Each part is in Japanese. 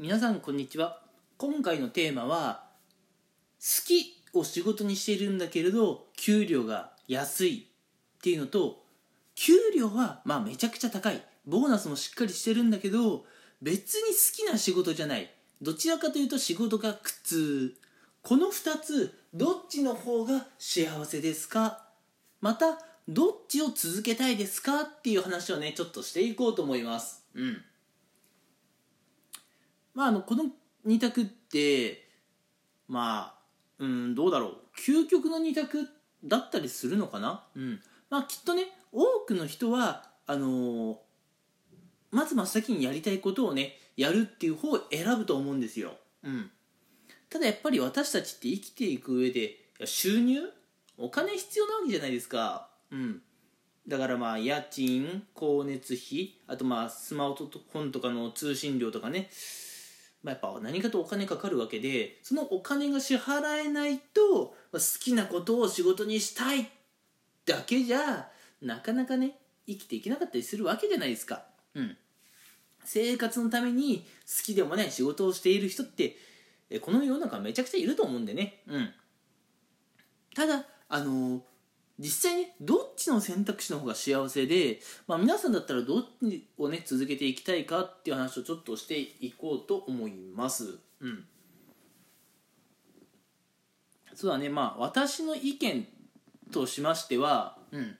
皆さんこんにちは。今回のテーマは好きを仕事にしているんだけれど給料が安いっていうのと、給料はめちゃくちゃ高い、ボーナスもしっかりしてるんだけど別に好きな仕事じゃない、どちらかというと仕事が苦痛、この2つどっちの方が幸せですか、またどっちを続けたいですかっていう話をちょっとしていこうと思います。この2択ってどうだろう、究極の2択だったりするのかな。きっとね、多くの人はまず真っ先にやりたいことをやるっていう方を選ぶと思うんですよ。ただやっぱり私たちって生きていく上で収入、お金必要なわけじゃないですか。だから家賃、光熱費、あとスマートフォンとかの通信料とかね、やっぱ何かとお金かかるわけで、そのお金が支払えないと好きなことを仕事にしたいだけじゃなかなか生きていけなかったりするわけじゃないですか。生活のために好きでも仕事をしている人ってこの世の中めちゃくちゃいると思うんでね。ただ実際どっちの選択肢の方が幸せで、皆さんだったらどっちを続けていきたいかっていう話をちょっとしていこうと思います。そうだね、私の意見としましては、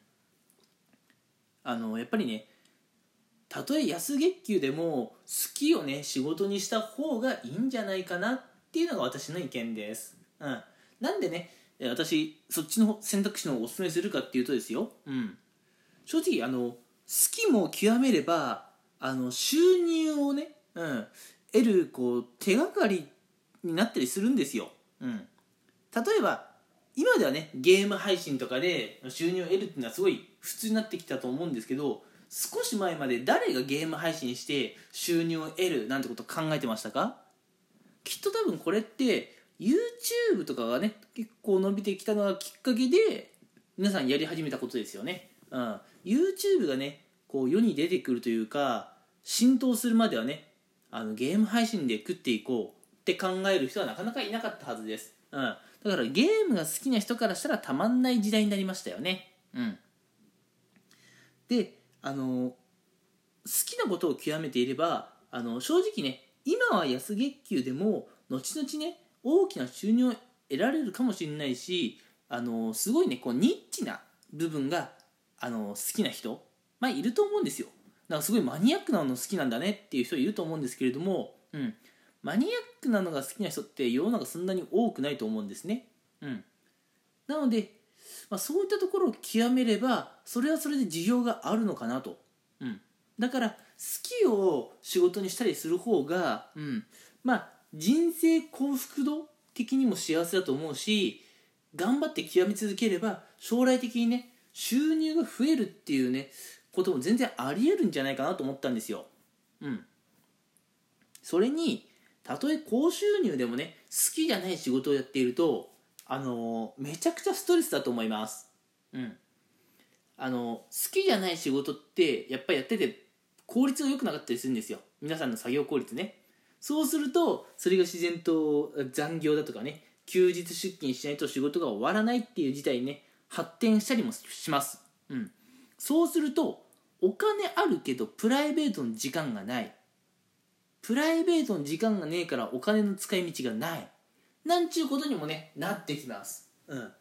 やっぱりたとえ安月給でも好きを仕事にした方がいいんじゃないかなっていうのが私の意見です。なんで私そっちの選択肢の方をお勧めするかっていうとですよ、正直好きも極めれば収入を得る手がかりになったりするんですよ。例えば今ではゲーム配信とかで収入を得るっていうのはすごい普通になってきたと思うんですけど、少し前まで誰がゲーム配信して収入を得るなんてこと考えてましたか？きっと多分これって YouTube とかが結構伸びてきたのがきっかけで皆さんやり始めたことですよね。YouTube が世に出てくるというか浸透するまではゲーム配信で食っていこうって考える人はなかなかいなかったはずです。だからゲームが好きな人からしたらたまんない時代になりましたよね。で好きなことを極めていれば正直今は安月給でも後々大きな収入を得られるかもしれないし、すごいニッチな部分が好きな人いると思うんですよ。だからすごいマニアックなの好きなんだねっていう人いると思うんですけれども、マニアックなのが好きな人って世の中そんなに多くないと思うんですね。なので、そういったところを極めればそれはそれで需要があるのかなと。だから好きを仕事にしたりする方が、人生幸福度的にも幸せだと思うし、頑張って極め続ければ将来的に収入が増えるっていうことも全然ありえるんじゃないかなと思ったんですよ。それにたとえ高収入でも好きじゃない仕事をやっているとめちゃくちゃストレスだと思います。好きじゃない仕事ってやっぱりやってて効率が良くなかったりするんですよ、皆さんの作業効率ね。そうするとそれが自然と残業だとか休日出勤しないと仕事が終わらないっていう事態に発展したりもします。そうするとお金あるけどプライベートの時間がない、プライベートの時間がねえからお金の使い道がないなんちゅうことにもなってきます。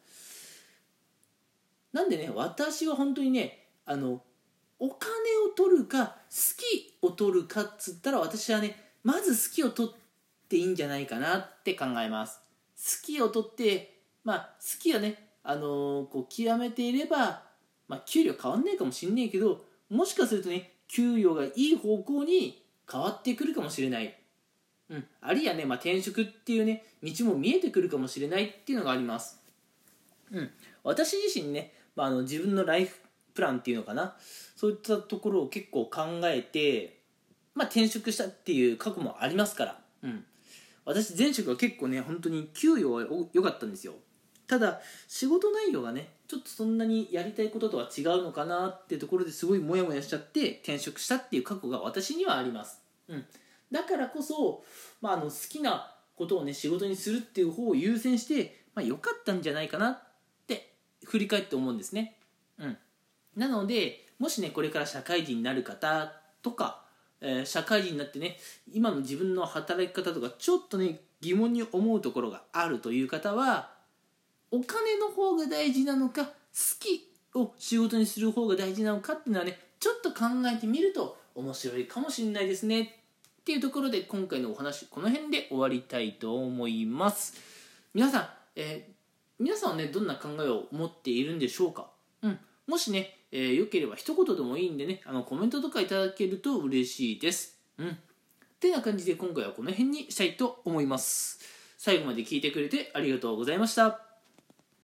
なんで私は本当にお金を取るか好きを取るかっつったら私はまず好きを取っていいんじゃないかなって考えます。好きを取って好きを極めていれば、給料変わんないかもしんないけど、もしかすると給与がいい方向に変わってくるかもしれない。あるいは転職っていう道も見えてくるかもしれないっていうのがあります。私自身自分のライフプランっていうのかな、そういったところを結構考えて、転職したっていう過去もありますから。私前職は結構本当に給与は良かったんですよ。ただ仕事内容がちょっとそんなにやりたいこととは違うのかなっていうところですごいモヤモヤしちゃって転職したっていう過去が私にはあります。 だからこそ、好きなことをね仕事にするっていう方を優先して、良かったんじゃないかなって振り返って思うんですね。なのでもしねこれから社会人になる方とか、社会人になってね今の自分の働き方とかちょっとね疑問に思うところがあるという方は、お金の方が大事なのか好きを仕事にする方が大事なのかっていうのはねちょっと考えてみると面白いかもしれないですねっていうところで、今回のお話この辺で終わりたいと思います。皆さん、皆さんはねどんな考えを持っているんでしょうか。もしね、よければ一言でもいいんでねコメントとかいただけると嬉しいです。ってな感じで今回はこの辺にしたいと思います。最後まで聞いてくれてありがとうございました。